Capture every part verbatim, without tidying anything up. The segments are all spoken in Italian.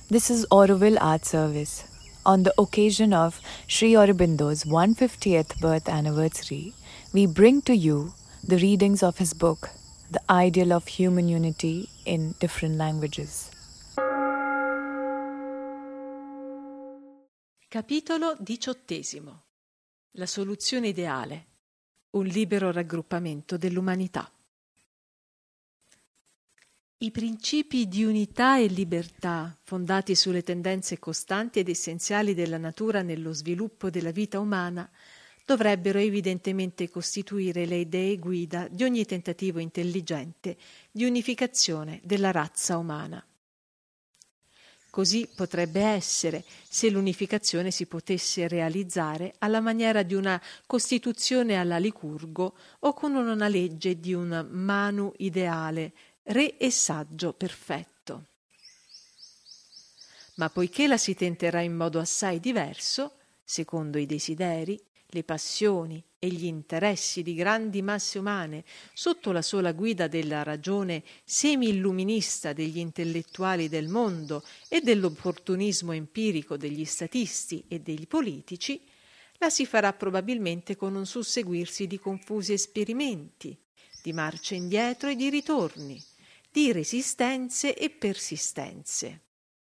This is Auroville Art Service. On the occasion of Sri Aurobindo's one hundred fiftieth birth anniversary, we bring to you the readings of his book, The Ideal of Human Unity in Different Languages. Capitolo diciottesimo. La soluzione ideale. Un libero raggruppamento dell'umanità. I principi di unità e libertà, fondati sulle tendenze costanti ed essenziali della natura nello sviluppo della vita umana, dovrebbero evidentemente costituire le idee guida di ogni tentativo intelligente di unificazione della razza umana. Così potrebbe essere se l'unificazione si potesse realizzare alla maniera di una Costituzione alla Licurgo o con una legge di un Manu ideale, re e saggio perfetto. Ma poiché la si tenterà in modo assai diverso, secondo i desideri, le passioni e gli interessi di grandi masse umane, sotto la sola guida della ragione semi-illuminista degli intellettuali del mondo e dell'opportunismo empirico degli statisti e degli politici, la si farà probabilmente con un susseguirsi di confusi esperimenti, di marce indietro e di ritorni, di resistenze e persistenze.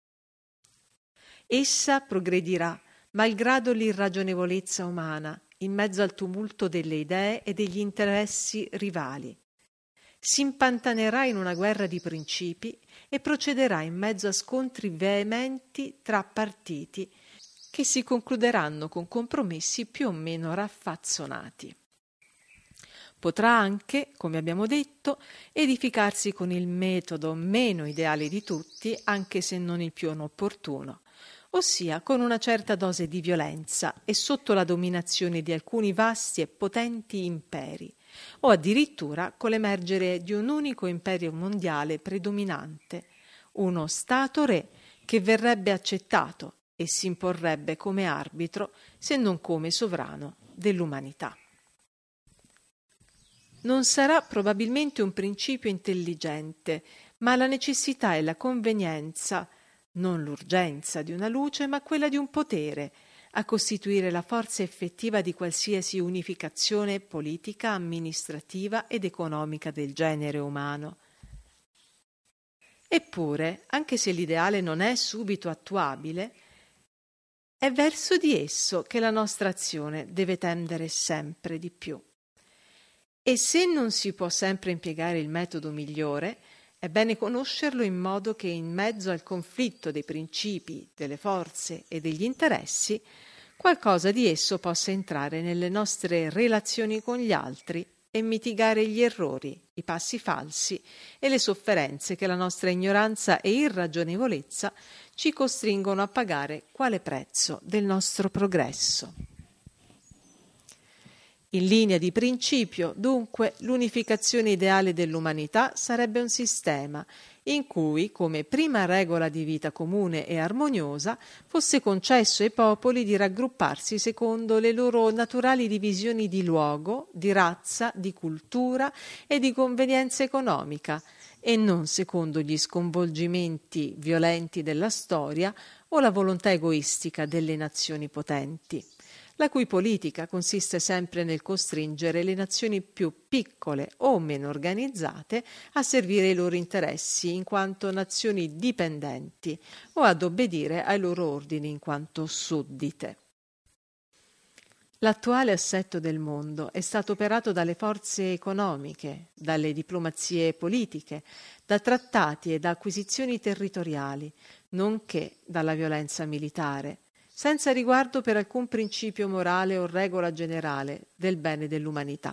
Essa progredirà malgrado l'irragionevolezza umana, in mezzo al tumulto delle idee e degli interessi rivali. Si impantanerà in una guerra di principi e procederà in mezzo a scontri veementi tra partiti che si concluderanno con compromessi più o meno raffazzonati. Potrà anche, come abbiamo detto, edificarsi con il metodo meno ideale di tutti, anche se non il più inopportuno, ossia con una certa dose di violenza e sotto la dominazione di alcuni vasti e potenti imperi, o addirittura con l'emergere di un unico imperio mondiale predominante, uno Stato-re che verrebbe accettato e si imporrebbe come arbitro, se non come sovrano dell'umanità. Non sarà probabilmente un principio intelligente, ma la necessità e la convenienza, non l'urgenza di una luce, ma quella di un potere, a costituire la forza effettiva di qualsiasi unificazione politica, amministrativa ed economica del genere umano. Eppure, anche se l'ideale non è subito attuabile, è verso di esso che la nostra azione deve tendere sempre di più. E se non si può sempre impiegare il metodo migliore, è bene conoscerlo in modo che in mezzo al conflitto dei principi, delle forze e degli interessi, qualcosa di esso possa entrare nelle nostre relazioni con gli altri e mitigare gli errori, i passi falsi e le sofferenze che la nostra ignoranza e irragionevolezza ci costringono a pagare quale prezzo del nostro progresso. In linea di principio, dunque, l'unificazione ideale dell'umanità sarebbe un sistema in cui, come prima regola di vita comune e armoniosa, fosse concesso ai popoli di raggrupparsi secondo le loro naturali divisioni di luogo, di razza, di cultura e di convenienza economica, e non secondo gli sconvolgimenti violenti della storia o la volontà egoistica delle nazioni potenti, la cui politica consiste sempre nel costringere le nazioni più piccole o meno organizzate a servire i loro interessi in quanto nazioni dipendenti o ad obbedire ai loro ordini in quanto suddite. L'attuale assetto del mondo è stato operato dalle forze economiche, dalle diplomazie politiche, da trattati e da acquisizioni territoriali, nonché dalla violenza militare, senza riguardo per alcun principio morale o regola generale del bene dell'umanità.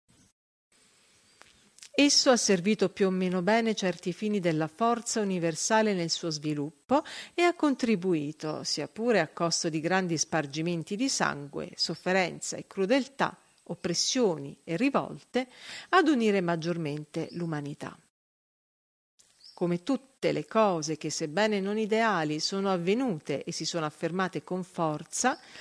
Esso ha servito più o meno bene certi fini della forza universale nel suo sviluppo e ha contribuito, sia pure a costo di grandi spargimenti di sangue, sofferenza e crudeltà, oppressioni e rivolte, ad unire maggiormente l'umanità. Come tutte le cose che, sebbene non ideali, sono avvenute e si sono affermate con forza,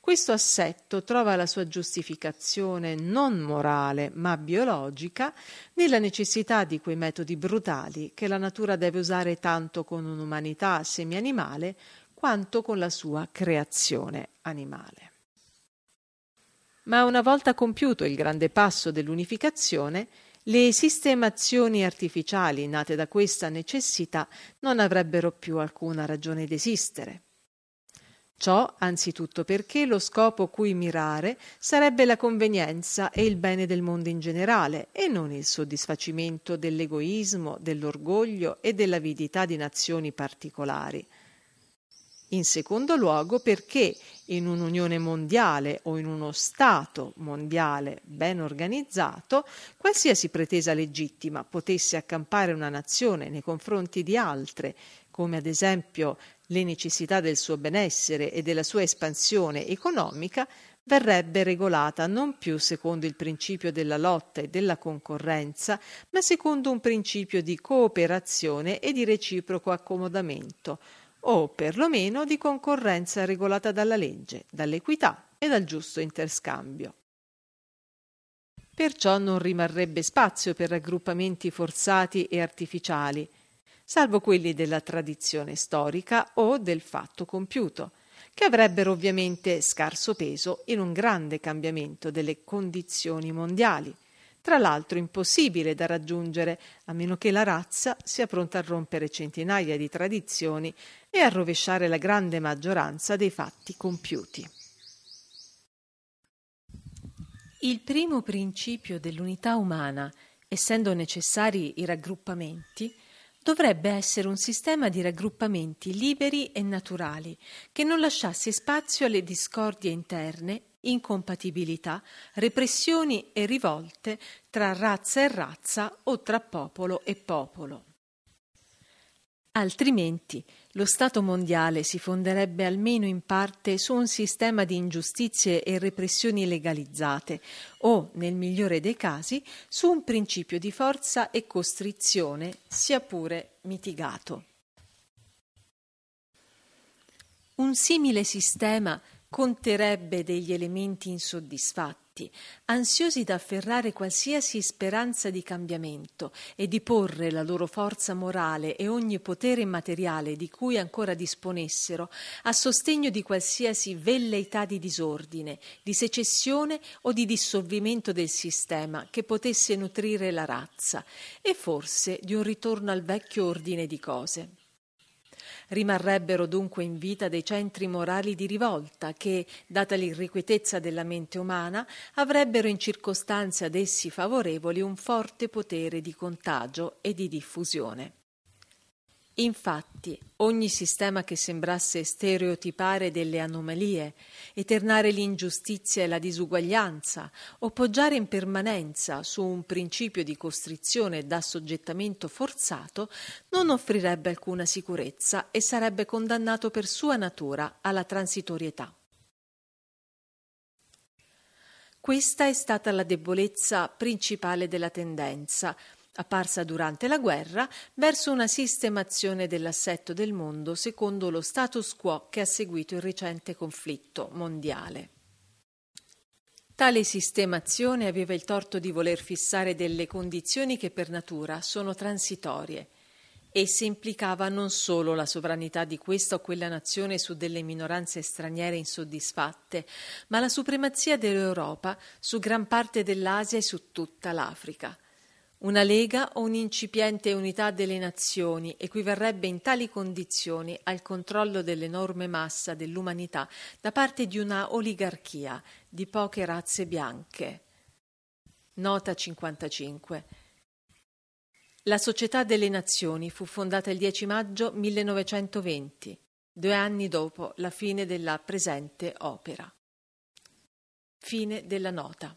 questo assetto trova la sua giustificazione non morale ma biologica nella necessità di quei metodi brutali che la natura deve usare tanto con un'umanità semi-animale quanto con la sua creazione animale. Ma una volta compiuto il grande passo dell'unificazione, le sistemazioni artificiali nate da questa necessità non avrebbero più alcuna ragione d'esistere. Ciò anzitutto perché lo scopo cui mirare sarebbe la convenienza e il bene del mondo in generale e non il soddisfacimento dell'egoismo, dell'orgoglio e dell'avidità di nazioni particolari. In secondo luogo perché in un'unione mondiale o in uno Stato mondiale ben organizzato, qualsiasi pretesa legittima potesse accampare una nazione nei confronti di altre, come ad esempio le necessità del suo benessere e della sua espansione economica, verrebbe regolata non più secondo il principio della lotta e della concorrenza, ma secondo un principio di cooperazione e di reciproco accomodamento, o perlomeno di concorrenza regolata dalla legge, dall'equità e dal giusto interscambio. Perciò non rimarrebbe spazio per raggruppamenti forzati e artificiali, salvo quelli della tradizione storica o del fatto compiuto, che avrebbero ovviamente scarso peso in un grande cambiamento delle condizioni mondiali, tra l'altro impossibile da raggiungere a meno che la razza sia pronta a rompere centinaia di tradizioni e a rovesciare la grande maggioranza dei fatti compiuti. Il primo principio dell'unità umana, essendo necessari i raggruppamenti, dovrebbe essere un sistema di raggruppamenti liberi e naturali, che non lasciasse spazio alle discordie interne, incompatibilità, repressioni e rivolte tra razza e razza o tra popolo e popolo. Altrimenti lo Stato mondiale si fonderebbe almeno in parte su un sistema di ingiustizie e repressioni legalizzate o, nel migliore dei casi, su un principio di forza e costrizione, sia pure mitigato. Un simile sistema conterrebbe degli elementi insoddisfatti, ansiosi da afferrare qualsiasi speranza di cambiamento e di porre la loro forza morale e ogni potere materiale di cui ancora disponessero a sostegno di qualsiasi velleità di disordine, di secessione o di dissolvimento del sistema che potesse nutrire la razza e forse di un ritorno al vecchio ordine di cose. Rimarrebbero dunque in vita dei centri morali di rivolta che, data l'irrequietezza della mente umana, avrebbero in circostanze ad essi favorevoli un forte potere di contagio e di diffusione. Infatti, ogni sistema che sembrasse stereotipare delle anomalie, eternare l'ingiustizia e la disuguaglianza, o poggiare in permanenza su un principio di costrizione da assoggettamento forzato, non offrirebbe alcuna sicurezza e sarebbe condannato per sua natura alla transitorietà. Questa è stata la debolezza principale della tendenza, apparsa durante la guerra, verso una sistemazione dell'assetto del mondo secondo lo status quo che ha seguito il recente conflitto mondiale. Tale sistemazione aveva il torto di voler fissare delle condizioni che per natura sono transitorie. Essa implicava non solo la sovranità di questa o quella nazione su delle minoranze straniere insoddisfatte, ma la supremazia dell'Europa su gran parte dell'Asia e su tutta l'Africa. Una lega o un'incipiente unità delle nazioni equivarrebbe in tali condizioni al controllo dell'enorme massa dell'umanità da parte di una oligarchia di poche razze bianche. Nota cinquantacinque. La Società delle Nazioni fu fondata il dieci maggio millenovecentoventi, due anni dopo la fine della presente opera. Fine della nota.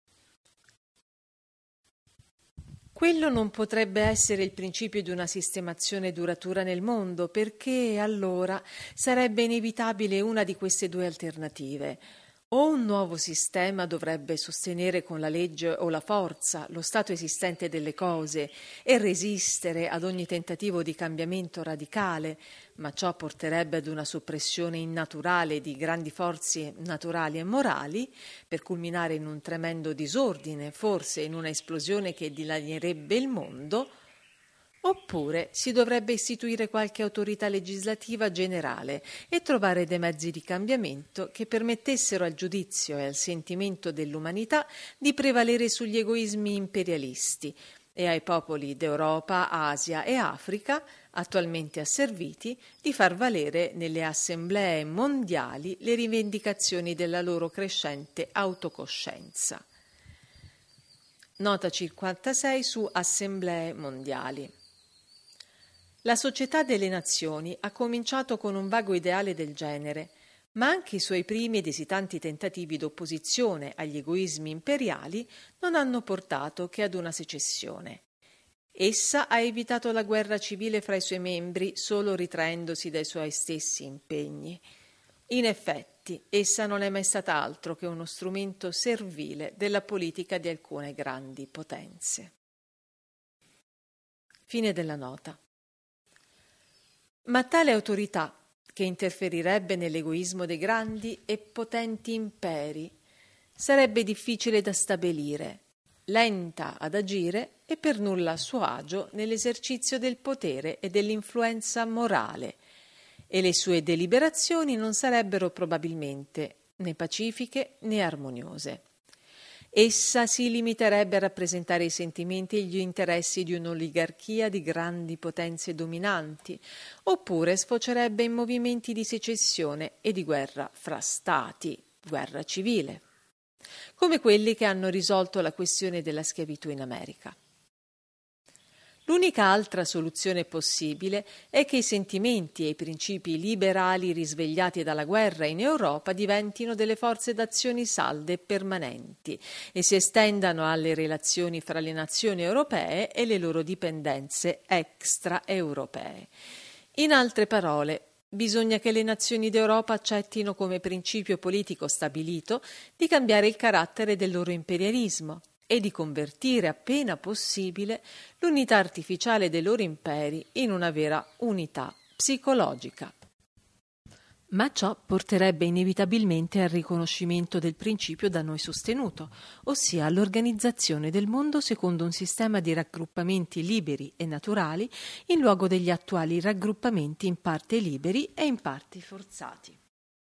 Quello non potrebbe essere il principio di una sistemazione duratura nel mondo, perché allora sarebbe inevitabile una di queste due alternative: O un nuovo sistema dovrebbe sostenere con la legge o la forza lo stato esistente delle cose e resistere ad ogni tentativo di cambiamento radicale, ma ciò porterebbe ad una soppressione innaturale di grandi forze naturali e morali, per culminare in un tremendo disordine, forse in una esplosione che dilagnerebbe il mondo. Oppure si dovrebbe istituire qualche autorità legislativa generale e trovare dei mezzi di cambiamento che permettessero al giudizio e al sentimento dell'umanità di prevalere sugli egoismi imperialisti e ai popoli d'Europa, Asia e Africa, attualmente asserviti, di far valere nelle assemblee mondiali le rivendicazioni della loro crescente autocoscienza. Nota cinquantasei su assemblee mondiali. La Società delle Nazioni ha cominciato con un vago ideale del genere, ma anche i suoi primi ed esitanti tentativi d'opposizione agli egoismi imperiali non hanno portato che ad una secessione. Essa ha evitato la guerra civile fra i suoi membri solo ritraendosi dai suoi stessi impegni. In effetti, essa non è mai stata altro che uno strumento servile della politica di alcune grandi potenze. Fine della nota. Ma tale autorità, che interferirebbe nell'egoismo dei grandi e potenti imperi, sarebbe difficile da stabilire, lenta ad agire e per nulla a suo agio nell'esercizio del potere e dell'influenza morale, e le sue deliberazioni non sarebbero probabilmente né pacifiche né armoniose. Essa si limiterebbe a rappresentare i sentimenti e gli interessi di un'oligarchia di grandi potenze dominanti, oppure sfocerebbe in movimenti di secessione e di guerra fra stati, guerra civile, come quelli che hanno risolto la questione della schiavitù in America. L'unica altra soluzione possibile è che i sentimenti e i principi liberali risvegliati dalla guerra in Europa diventino delle forze d'azione salde e permanenti e si estendano alle relazioni fra le nazioni europee e le loro dipendenze extraeuropee. In altre parole, bisogna che le nazioni d'Europa accettino come principio politico stabilito di cambiare il carattere del loro imperialismo e di convertire appena possibile l'unità artificiale dei loro imperi in una vera unità psicologica. Ma ciò porterebbe inevitabilmente al riconoscimento del principio da noi sostenuto, ossia all'organizzazione del mondo secondo un sistema di raggruppamenti liberi e naturali in luogo degli attuali raggruppamenti in parte liberi e in parte forzati.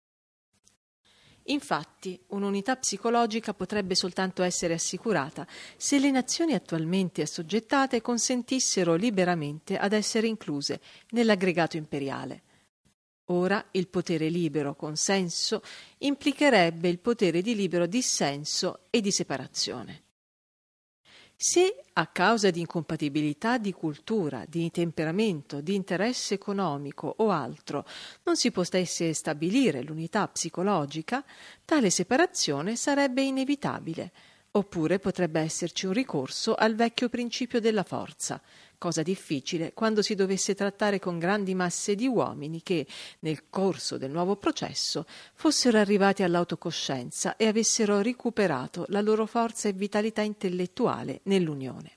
Infatti, un'unità psicologica potrebbe soltanto essere assicurata se le nazioni attualmente assoggettate consentissero liberamente ad essere incluse nell'aggregato imperiale. Ora il potere libero consenso implicherebbe il potere di libero dissenso e di separazione. Se, a causa di incompatibilità di cultura, di temperamento, di interesse economico o altro, non si potesse stabilire l'unità psicologica, tale separazione sarebbe inevitabile, oppure potrebbe esserci un ricorso al vecchio principio della forza, cosa difficile quando si dovesse trattare con grandi masse di uomini che, nel corso del nuovo processo, fossero arrivati all'autocoscienza e avessero recuperato la loro forza e vitalità intellettuale nell'unione.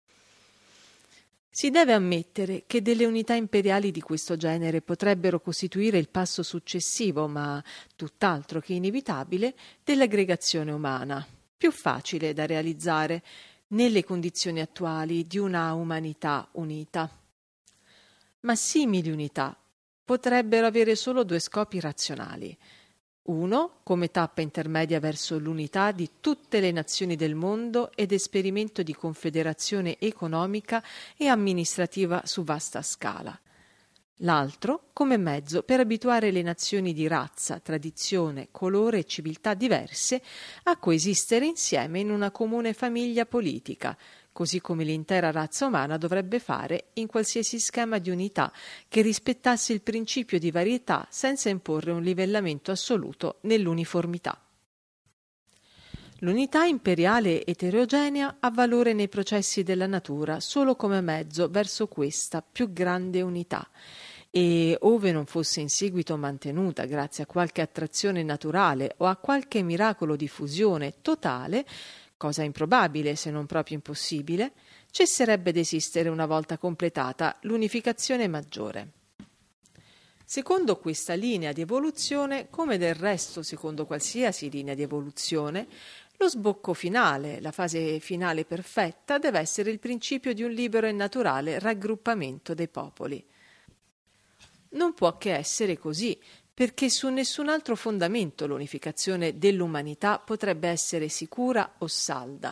Si deve ammettere che delle unità imperiali di questo genere potrebbero costituire il passo successivo, ma tutt'altro che inevitabile, dell'aggregazione umana, più facile da realizzare nelle condizioni attuali di una umanità unita. Ma simili unità potrebbero avere solo due scopi razionali. Uno, come tappa intermedia verso l'unità di tutte le nazioni del mondo ed esperimento di confederazione economica e amministrativa su vasta scala. L'altro, come mezzo per abituare le nazioni di razza, tradizione, colore e civiltà diverse a coesistere insieme in una comune famiglia politica, così come l'intera razza umana dovrebbe fare in qualsiasi schema di unità che rispettasse il principio di varietà senza imporre un livellamento assoluto nell'uniformità. L'unità imperiale eterogenea ha valore nei processi della natura solo come mezzo verso questa più grande unità e, ove non fosse in seguito mantenuta grazie a qualche attrazione naturale o a qualche miracolo di fusione totale, cosa improbabile se non proprio impossibile, cesserebbe d'esistere una volta completata l'unificazione maggiore. Secondo questa linea di evoluzione, come del resto secondo qualsiasi linea di evoluzione, lo sbocco finale, la fase finale perfetta, deve essere il principio di un libero e naturale raggruppamento dei popoli. Non può che essere così, perché su nessun altro fondamento l'unificazione dell'umanità potrebbe essere sicura o salda.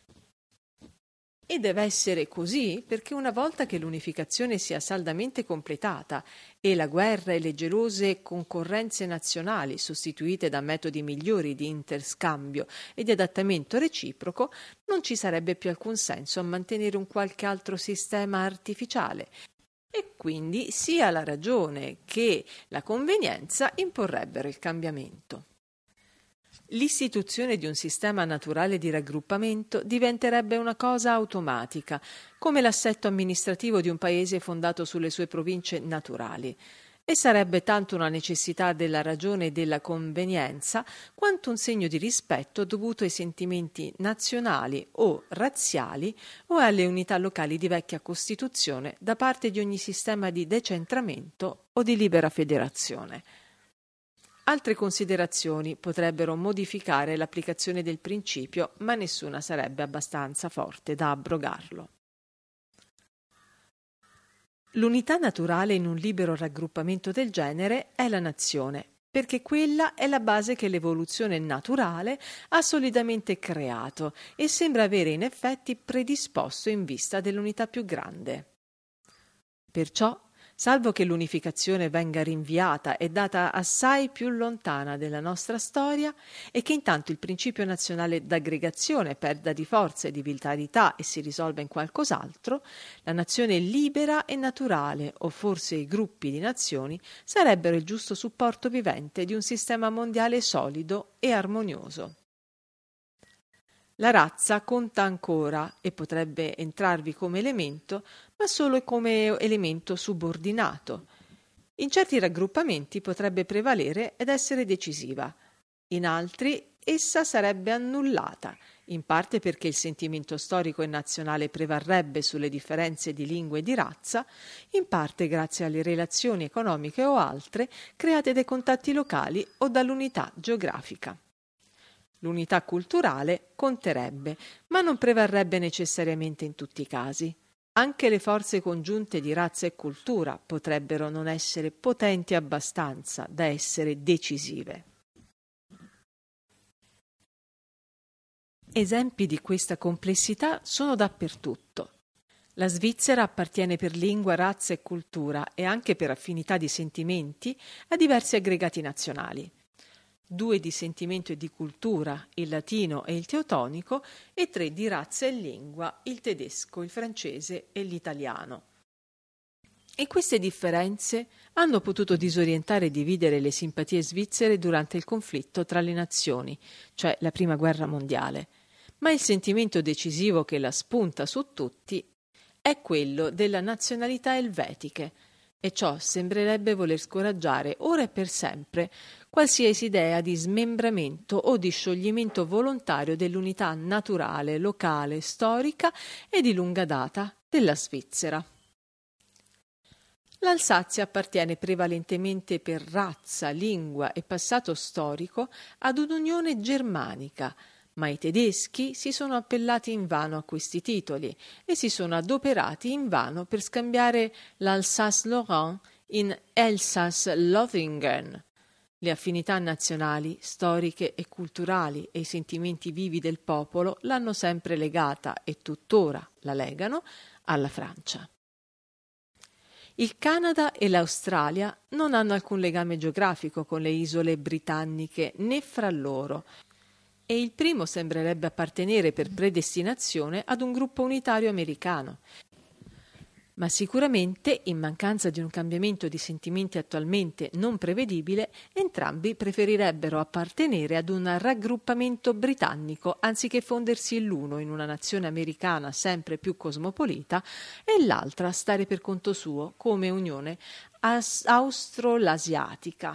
E deve essere così perché una volta che l'unificazione sia saldamente completata e la guerra e le gelose concorrenze nazionali sostituite da metodi migliori di interscambio e di adattamento reciproco, non ci sarebbe più alcun senso a mantenere un qualche altro sistema artificiale e quindi sia la ragione che la convenienza imporrebbero il cambiamento. L'istituzione di un sistema naturale di raggruppamento diventerebbe una cosa automatica, come l'assetto amministrativo di un paese fondato sulle sue province naturali, e sarebbe tanto una necessità della ragione e della convenienza quanto un segno di rispetto dovuto ai sentimenti nazionali o razziali o alle unità locali di vecchia Costituzione da parte di ogni sistema di decentramento o di libera federazione. Altre considerazioni potrebbero modificare l'applicazione del principio, ma nessuna sarebbe abbastanza forte da abrogarlo. L'unità naturale in un libero raggruppamento del genere è la nazione, perché quella è la base che l'evoluzione naturale ha solidamente creato e sembra avere in effetti predisposto in vista dell'unità più grande. Perciò, salvo che l'unificazione venga rinviata e data assai più lontana della nostra storia e che intanto il principio nazionale d'aggregazione perda di forza e di vitalità e si risolva in qualcos'altro, la nazione libera e naturale, o forse i gruppi di nazioni, sarebbero il giusto supporto vivente di un sistema mondiale solido e armonioso. La razza conta ancora e potrebbe entrarvi come elemento, ma solo come elemento subordinato. In certi raggruppamenti potrebbe prevalere ed essere decisiva, in altri essa sarebbe annullata, in parte perché il sentimento storico e nazionale prevarrebbe sulle differenze di lingua e di razza, in parte grazie alle relazioni economiche o altre create dai contatti locali o dall'unità geografica. L'unità culturale conterebbe, ma non prevarrebbe necessariamente in tutti i casi. Anche le forze congiunte di razza e cultura potrebbero non essere potenti abbastanza da essere decisive. Esempi di questa complessità sono dappertutto. La Svizzera appartiene per lingua, razza e cultura e anche per affinità di sentimenti a diversi aggregati nazionali. Due di sentimento e di cultura, il latino e il teutonico, e tre di razza e lingua, il tedesco, il francese e l'italiano. E queste differenze hanno potuto disorientare e dividere le simpatie svizzere durante il conflitto tra le nazioni, cioè la Prima Guerra Mondiale, ma il sentimento decisivo che la spunta su tutti è quello della nazionalità elvetiche, e ciò sembrerebbe voler scoraggiare ora e per sempre qualsiasi idea di smembramento o di scioglimento volontario dell'unità naturale, locale, storica e di lunga data della Svizzera. L'Alsazia appartiene prevalentemente per razza, lingua e passato storico ad un'unione germanica, ma i tedeschi si sono appellati invano a questi titoli e si sono adoperati invano per scambiare l'Alsace-Lorraine in Elsass-Lothringen. Le affinità nazionali, storiche e culturali e i sentimenti vivi del popolo l'hanno sempre legata e tuttora la legano alla Francia. Il Canada e l'Australia non hanno alcun legame geografico con le isole britanniche né fra loro, e il primo sembrerebbe appartenere per predestinazione ad un gruppo unitario americano, Ma sicuramente, in mancanza di un cambiamento di sentimenti attualmente non prevedibile, entrambi preferirebbero appartenere ad un raggruppamento britannico anziché fondersi l'uno in una nazione americana sempre più cosmopolita e l'altra stare per conto suo come Unione Australasiatica.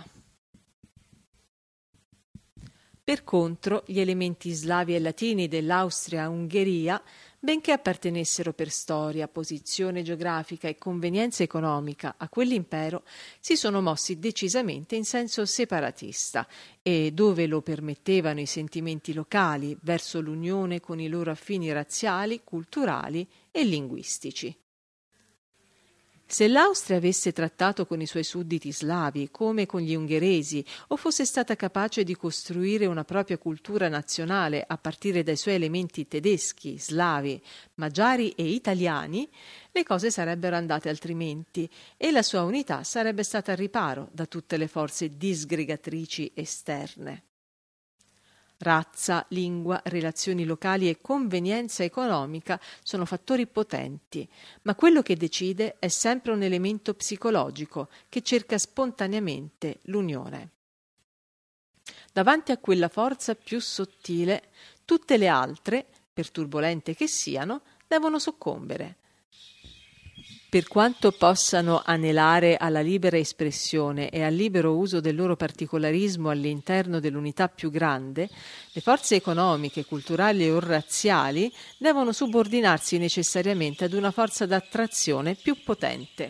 Per contro, gli elementi slavi e latini dell'Austria-Ungheria, benché appartenessero per storia, posizione geografica e convenienza economica a quell'impero, si sono mossi decisamente in senso separatista e, dove lo permettevano i sentimenti locali, verso l'unione con i loro affini razziali, culturali e linguistici. Se l'Austria avesse trattato con i suoi sudditi slavi come con gli ungheresi o fosse stata capace di costruire una propria cultura nazionale a partire dai suoi elementi tedeschi, slavi, magiari e italiani, le cose sarebbero andate altrimenti e la sua unità sarebbe stata al riparo da tutte le forze disgregatrici esterne. Razza, lingua, relazioni locali e convenienza economica sono fattori potenti, ma quello che decide è sempre un elemento psicologico che cerca spontaneamente l'unione. Davanti a quella forza più sottile, tutte le altre, per turbolente che siano, devono soccombere. Per quanto possano anelare alla libera espressione e al libero uso del loro particolarismo all'interno dell'unità più grande, le forze economiche, culturali o razziali devono subordinarsi necessariamente ad una forza d'attrazione più potente.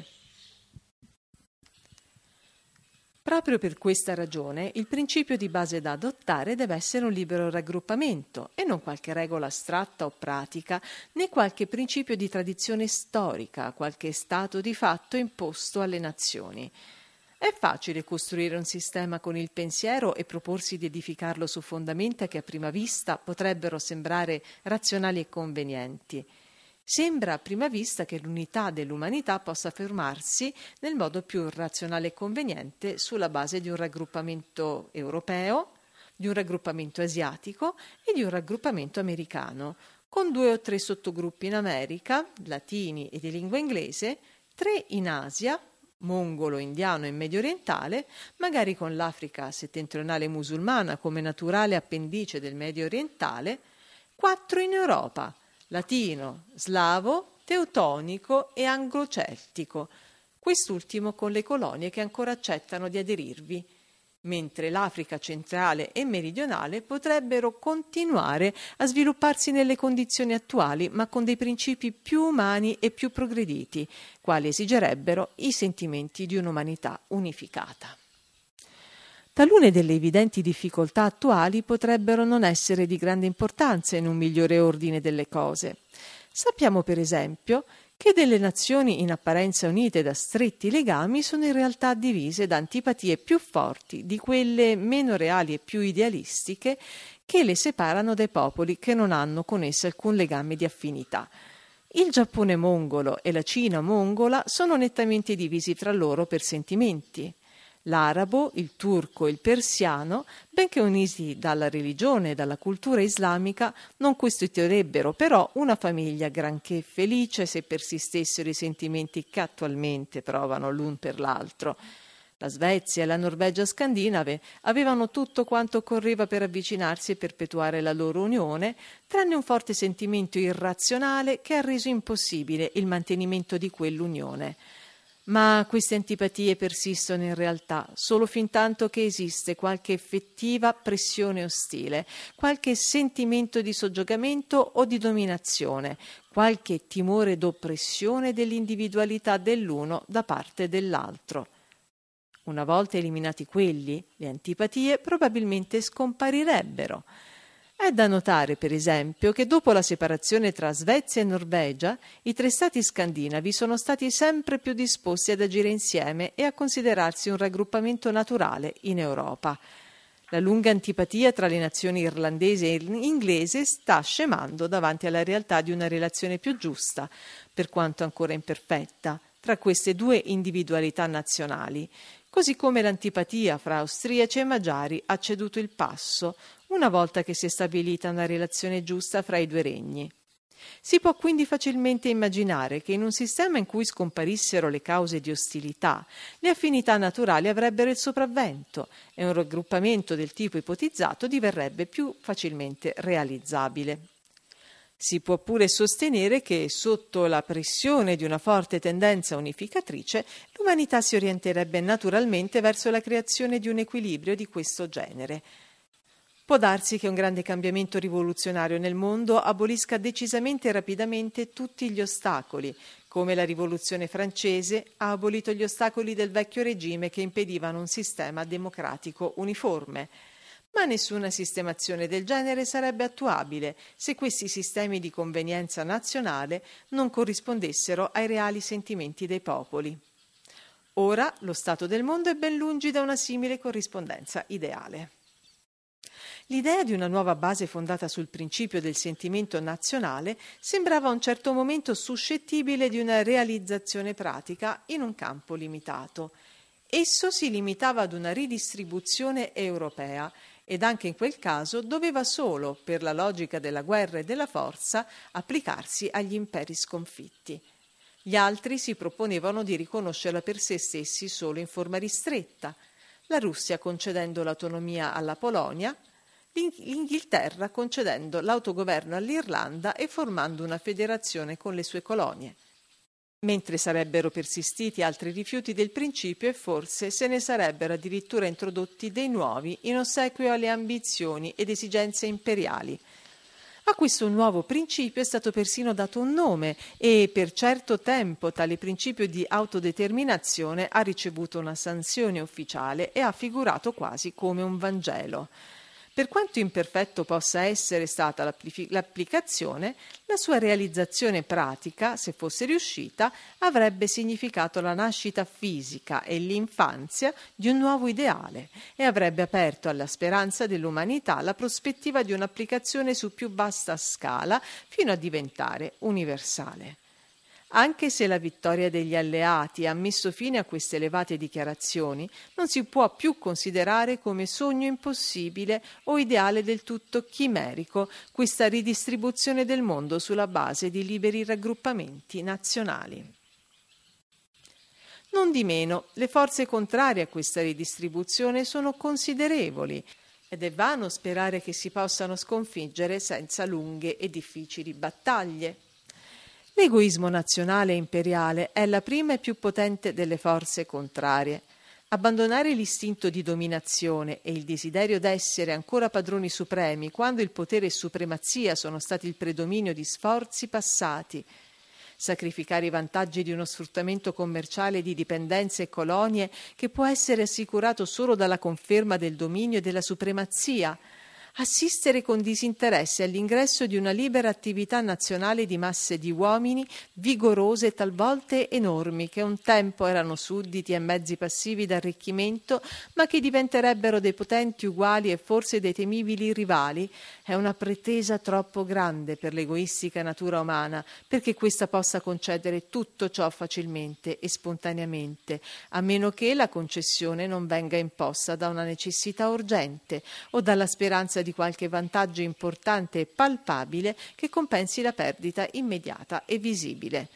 Proprio per questa ragione, il principio di base da adottare deve essere un libero raggruppamento e non qualche regola astratta o pratica, né qualche principio di tradizione storica, qualche stato di fatto imposto alle nazioni. È facile costruire un sistema con il pensiero e proporsi di edificarlo su fondamenta che a prima vista potrebbero sembrare razionali e convenienti. Sembra a prima vista che l'unità dell'umanità possa fermarsi nel modo più razionale e conveniente sulla base di un raggruppamento europeo, di un raggruppamento asiatico e di un raggruppamento americano, con due o tre sottogruppi in America, latini e di lingua inglese, tre in Asia, mongolo, indiano e medio orientale, magari con l'Africa settentrionale musulmana come naturale appendice del medio orientale, quattro in Europa, latino, slavo, teutonico e anglo-celtico, quest'ultimo con le colonie che ancora accettano di aderirvi, mentre l'Africa centrale e meridionale potrebbero continuare a svilupparsi nelle condizioni attuali, ma con dei principi più umani e più progrediti, quali esigerebbero i sentimenti di un'umanità unificata. Talune delle evidenti difficoltà attuali potrebbero non essere di grande importanza in un migliore ordine delle cose. Sappiamo, per esempio, che delle nazioni in apparenza unite da stretti legami sono in realtà divise da antipatie più forti di quelle meno reali e più idealistiche che le separano dai popoli che non hanno con esse alcun legame di affinità. Il Giappone mongolo e la Cina mongola sono nettamente divisi tra loro per sentimenti. L'arabo, il turco e il persiano, benché uniti dalla religione e dalla cultura islamica, non costituirebbero però una famiglia granché felice se persistessero i sentimenti che attualmente provano l'un per l'altro. La Svezia e la Norvegia scandinave avevano tutto quanto occorreva per avvicinarsi e perpetuare la loro unione, tranne un forte sentimento irrazionale che ha reso impossibile il mantenimento di quell'unione. Ma queste antipatie persistono in realtà solo fintanto che esiste qualche effettiva pressione ostile, qualche sentimento di soggiogamento o di dominazione, qualche timore d'oppressione dell'individualità dell'uno da parte dell'altro. Una volta eliminati quelli, le antipatie probabilmente scomparirebbero. È da notare, per esempio, che dopo la separazione tra Svezia e Norvegia, i tre stati scandinavi sono stati sempre più disposti ad agire insieme e a considerarsi un raggruppamento naturale in Europa. La lunga antipatia tra le nazioni irlandese e inglese sta scemando davanti alla realtà di una relazione più giusta, per quanto ancora imperfetta, tra queste due individualità nazionali, così come l'antipatia fra austriaci e magiari ha ceduto il passo una volta che si è stabilita una relazione giusta fra i due regni. Si può quindi facilmente immaginare che in un sistema in cui scomparissero le cause di ostilità, le affinità naturali avrebbero il sopravvento e un raggruppamento del tipo ipotizzato diverrebbe più facilmente realizzabile. Si può pure sostenere che, sotto la pressione di una forte tendenza unificatrice, l'umanità si orienterebbe naturalmente verso la creazione di un equilibrio di questo genere. Può darsi che un grande cambiamento rivoluzionario nel mondo abolisca decisamente e rapidamente tutti gli ostacoli, come la rivoluzione francese ha abolito gli ostacoli del vecchio regime che impedivano un sistema democratico uniforme. Ma nessuna sistemazione del genere sarebbe attuabile se questi sistemi di convenienza nazionale non corrispondessero ai reali sentimenti dei popoli. Ora lo stato del mondo è ben lungi da una simile corrispondenza ideale. L'idea di una nuova base fondata sul principio del sentimento nazionale sembrava a un certo momento suscettibile di una realizzazione pratica in un campo limitato. Esso si limitava ad una ridistribuzione europea ed anche in quel caso doveva solo, per la logica della guerra e della forza, applicarsi agli imperi sconfitti. Gli altri si proponevano di riconoscerla per se stessi solo in forma ristretta, la Russia concedendo l'autonomia alla Polonia, l'Inghilterra concedendo l'autogoverno all'Irlanda e formando una federazione con le sue colonie. Mentre sarebbero persistiti altri rifiuti del principio e forse se ne sarebbero addirittura introdotti dei nuovi in ossequio alle ambizioni ed esigenze imperiali. A questo nuovo principio è stato persino dato un nome e per certo tempo tale principio di autodeterminazione ha ricevuto una sanzione ufficiale e ha figurato quasi come un Vangelo. Per quanto imperfetto possa essere stata l'applicazione, la sua realizzazione pratica, se fosse riuscita, avrebbe significato la nascita fisica e l'infanzia di un nuovo ideale e avrebbe aperto alla speranza dell'umanità la prospettiva di un'applicazione su più vasta scala fino a diventare universale. Anche se la vittoria degli alleati ha messo fine a queste elevate dichiarazioni, non si può più considerare come sogno impossibile o ideale del tutto chimerico questa ridistribuzione del mondo sulla base di liberi raggruppamenti nazionali. Non di meno, le forze contrarie a questa ridistribuzione sono considerevoli ed è vano sperare che si possano sconfiggere senza lunghe e difficili battaglie. L'egoismo nazionale e imperiale è la prima e più potente delle forze contrarie. Abbandonare l'istinto di dominazione e il desiderio d'essere ancora padroni supremi quando il potere e supremazia sono stati il predominio di sforzi passati. Sacrificare i vantaggi di uno sfruttamento commerciale di dipendenze e colonie che può essere assicurato solo dalla conferma del dominio e della supremazia. Assistere con disinteresse all'ingresso di una libera attività nazionale di masse di uomini vigorose e talvolta enormi che un tempo erano sudditi e mezzi passivi d'arricchimento ma che diventerebbero dei potenti uguali e forse dei temibili rivali è una pretesa troppo grande per l'egoistica natura umana perché questa possa concedere tutto ciò facilmente e spontaneamente a meno che la concessione non venga imposta da una necessità urgente o dalla speranza di di qualche vantaggio importante e palpabile che compensi la perdita immediata e visibile.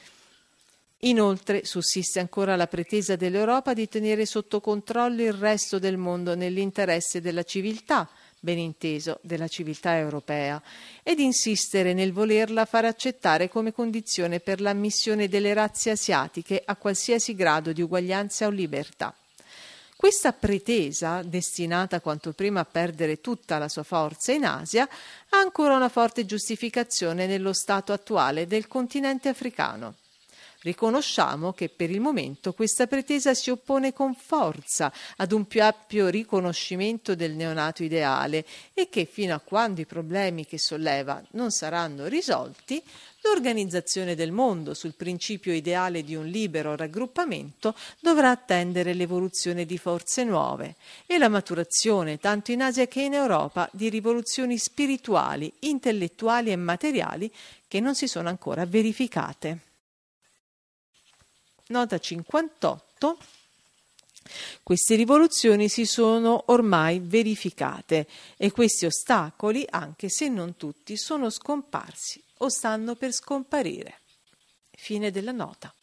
Inoltre sussiste ancora la pretesa dell'Europa di tenere sotto controllo il resto del mondo nell'interesse della civiltà, ben inteso della civiltà europea, ed insistere nel volerla far accettare come condizione per l'ammissione delle razze asiatiche a qualsiasi grado di uguaglianza o libertà. Questa pretesa, destinata quanto prima a perdere tutta la sua forza in Asia, ha ancora una forte giustificazione nello stato attuale del continente africano. Riconosciamo che per il momento questa pretesa si oppone con forza ad un più ampio riconoscimento del neonato ideale e che fino a quando i problemi che solleva non saranno risolti, l'organizzazione del mondo sul principio ideale di un libero raggruppamento dovrà attendere l'evoluzione di forze nuove e la maturazione, tanto in Asia che in Europa, di rivoluzioni spirituali, intellettuali e materiali che non si sono ancora verificate. Nota cinquantotto. Queste rivoluzioni si sono ormai verificate e questi ostacoli, anche se non tutti, sono scomparsi o stanno per scomparire. Fine della nota.